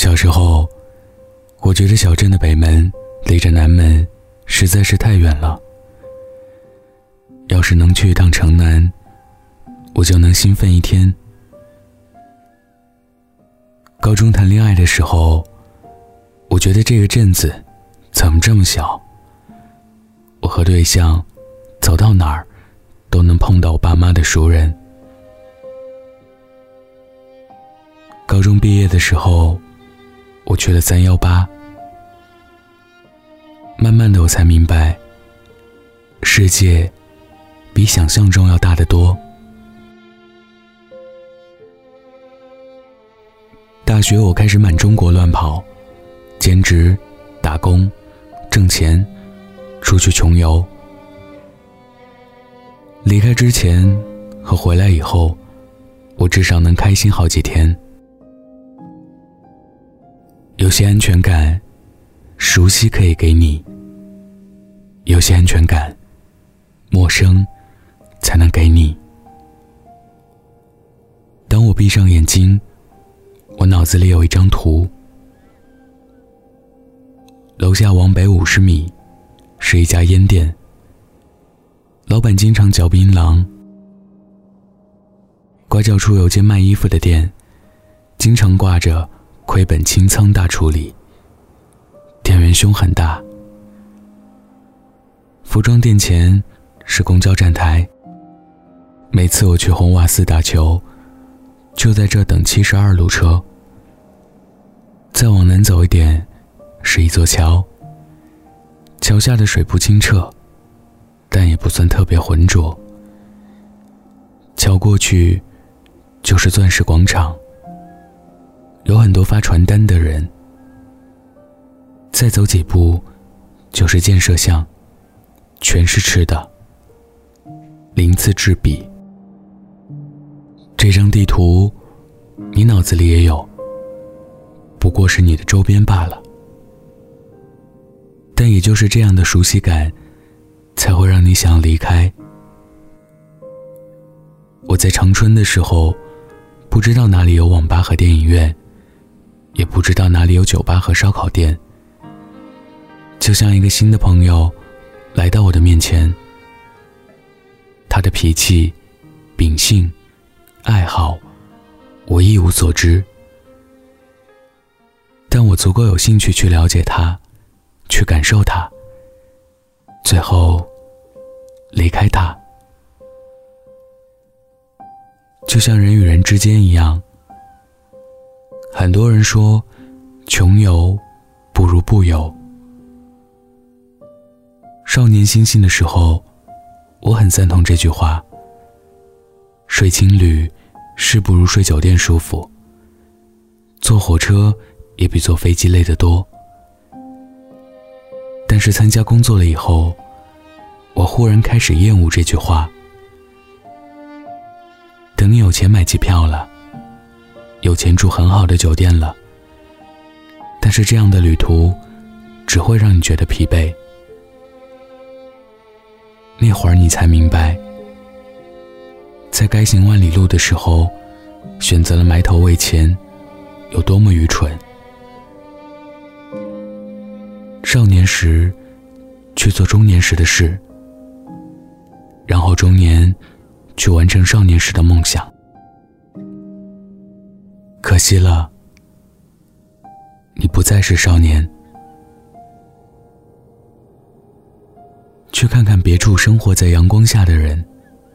小时候，我觉得小镇的北门离着南门实在是太远了。要是能去一趟城南，我就能兴奋一天。高中谈恋爱的时候，我觉得这个镇子怎么这么小，我和对象走到哪儿都能碰到我爸妈的熟人。高中毕业的时候，我去了318，慢慢的我才明白，世界比想象中要大得多。大学我开始满中国乱跑，兼职、打工、挣钱，出去穷游。离开之前和回来以后，我至少能开心好几天。有些安全感，熟悉可以给你；有些安全感，陌生才能给你。当我闭上眼睛，我脑子里有一张图，楼下往北50米是一家烟店，老板经常嚼槟榔。拐角处有间卖衣服的店，经常挂着亏本清仓大处理，店员胸很大。服装店前是公交站台，每次我去红瓦寺打球，就在这等72路车。再往南走一点是一座桥，桥下的水不清澈，但也不算特别浑浊。桥过去就是钻石广场，有很多发传单的人。再走几步就是建设巷，全是吃的，鳞次栉比。这张地图你脑子里也有，不过是你的周边罢了。但也就是这样的熟悉感，才会让你想离开。我在长春的时候，不知道哪里有网吧和电影院，也不知道哪里有酒吧和烧烤店。就像一个新的朋友来到我的面前，他的脾气、秉性、爱好，我一无所知。但我足够有兴趣去了解他，去感受他，最后离开他。就像人与人之间一样，很多人说穷游不如不游。少年心性的时候，我很赞同这句话。睡青旅是不如睡酒店舒服，坐火车也比坐飞机累得多。但是参加工作了以后，我忽然开始厌恶这句话。等你有钱买机票了，有钱住很好的酒店了，但是这样的旅途只会让你觉得疲惫。那会儿你才明白，在该行万里路的时候，选择了埋头为钱，有多么愚蠢。少年时去做中年时的事，然后中年去完成少年时的梦想。可惜了，你不再是少年。去看看别处生活在阳光下的人。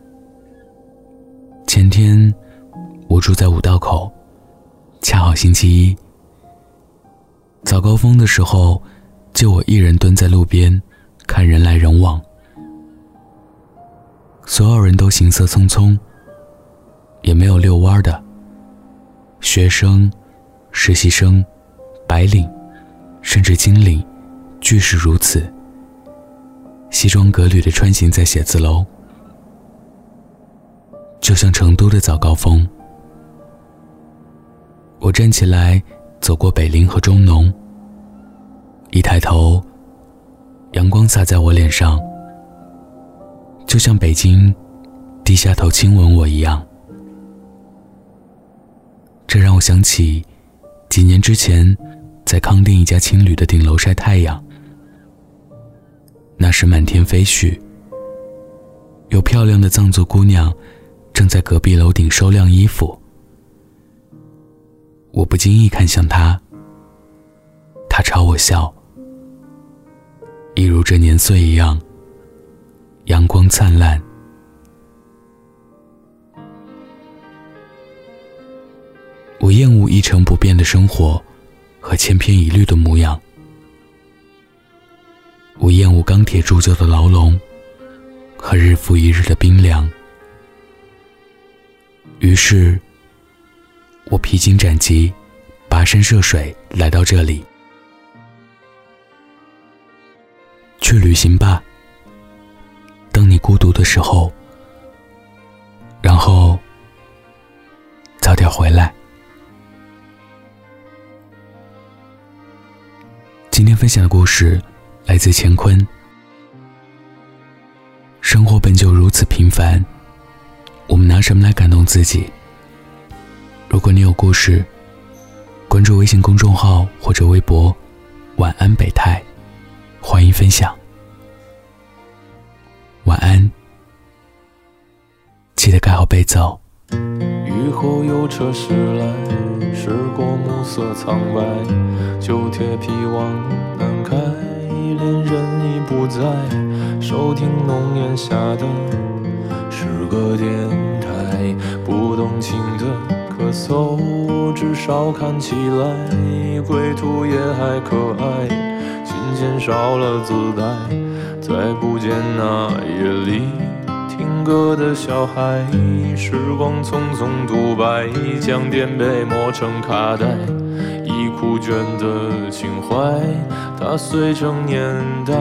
前天我住在五道口，恰好星期一。早高峰的时候，就我一人蹲在路边看人来人往。所有人都行色匆匆，也没有遛弯的。学生、实习生、白领，甚至经理，俱是如此。西装革履地穿行在写字楼，就像成都的早高峰。我站起来走过北陵和中农，一抬头，阳光洒在我脸上，就像北京低下头亲吻我一样。这让我想起几年之前，在康定一家青旅的顶楼晒太阳，那时满天飞絮，有漂亮的藏族姑娘正在隔壁楼顶收晾衣服。我不经意看向她，她朝我笑，一如这年岁一样，阳光灿烂。我厌恶一成不变的生活和千篇一律的模样，我厌恶钢铁铸就的牢笼和日复一日的冰凉。于是我披荆斩棘，跋山涉水来到这里。去旅行吧，当你孤独的时候，然后早点回来。今天分享的故事来自乾坤。生活本就如此平凡，我们拿什么来感动自己？如果你有故事，关注微信公众号或者微博晚安北太，欢迎分享。晚安，记得盖好被子。 雨后有车驶来，驶过暮色苍白，旧铁皮往南开，恋人已不在，收听浓烟下的是个电台，不动情的咳嗽，至少看起来归途也还可爱，琴弦少了姿态，再不见那夜里听歌的小孩，时光匆匆独白，将颠沛磨成卡带，已枯卷的情怀它碎成年代。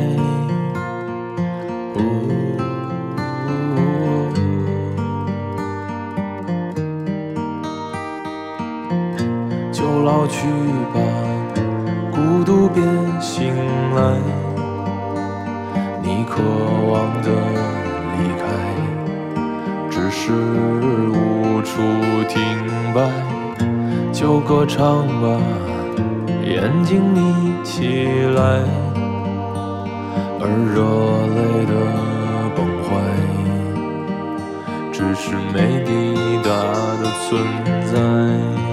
就老去吧，孤独别醒来，你渴望的离开，只是无处停摆。就歌唱吧，眼睛眯起来，而热泪的崩坏，只是没抵达的存在。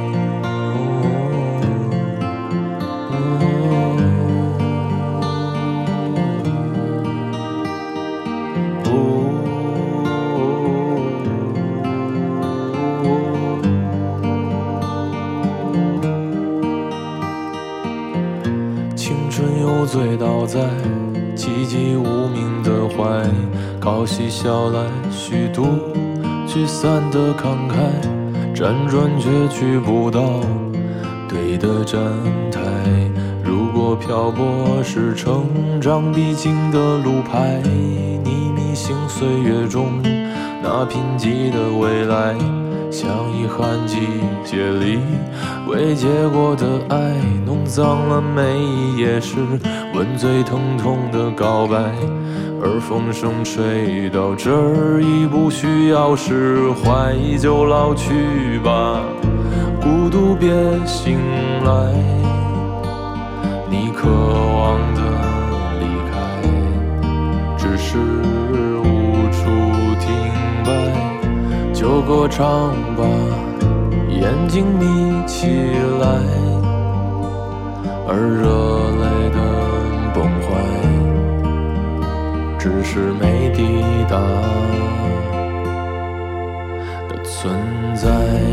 又醉倒在寂寂无名的怀，靠嬉笑来虚度聚散的慷慨，辗转却去不到对的站台。如果漂泊是成长必经的路牌，你迷信岁月中那贫瘠的未来，像遗憾季节里未结果的爱，弄脏了每一页是吻最疼痛的告白。而风声吹到这儿已不需要释怀，就老去吧，孤独别醒来，你渴望的离开，只是无处停摆。就歌唱吧，眼睛眯起来，而热泪的崩坏，只是没抵达的存在。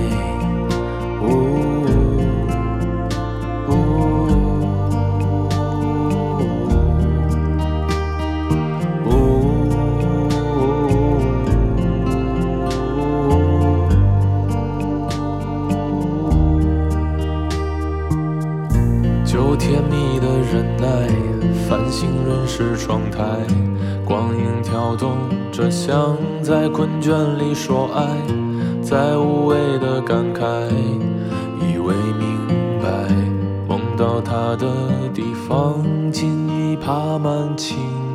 就甜蜜的忍耐，繁星润湿窗台，光影跳动着像在困倦里说爱，在无谓的感慨，以为明白，梦到他的地方尽已爬满青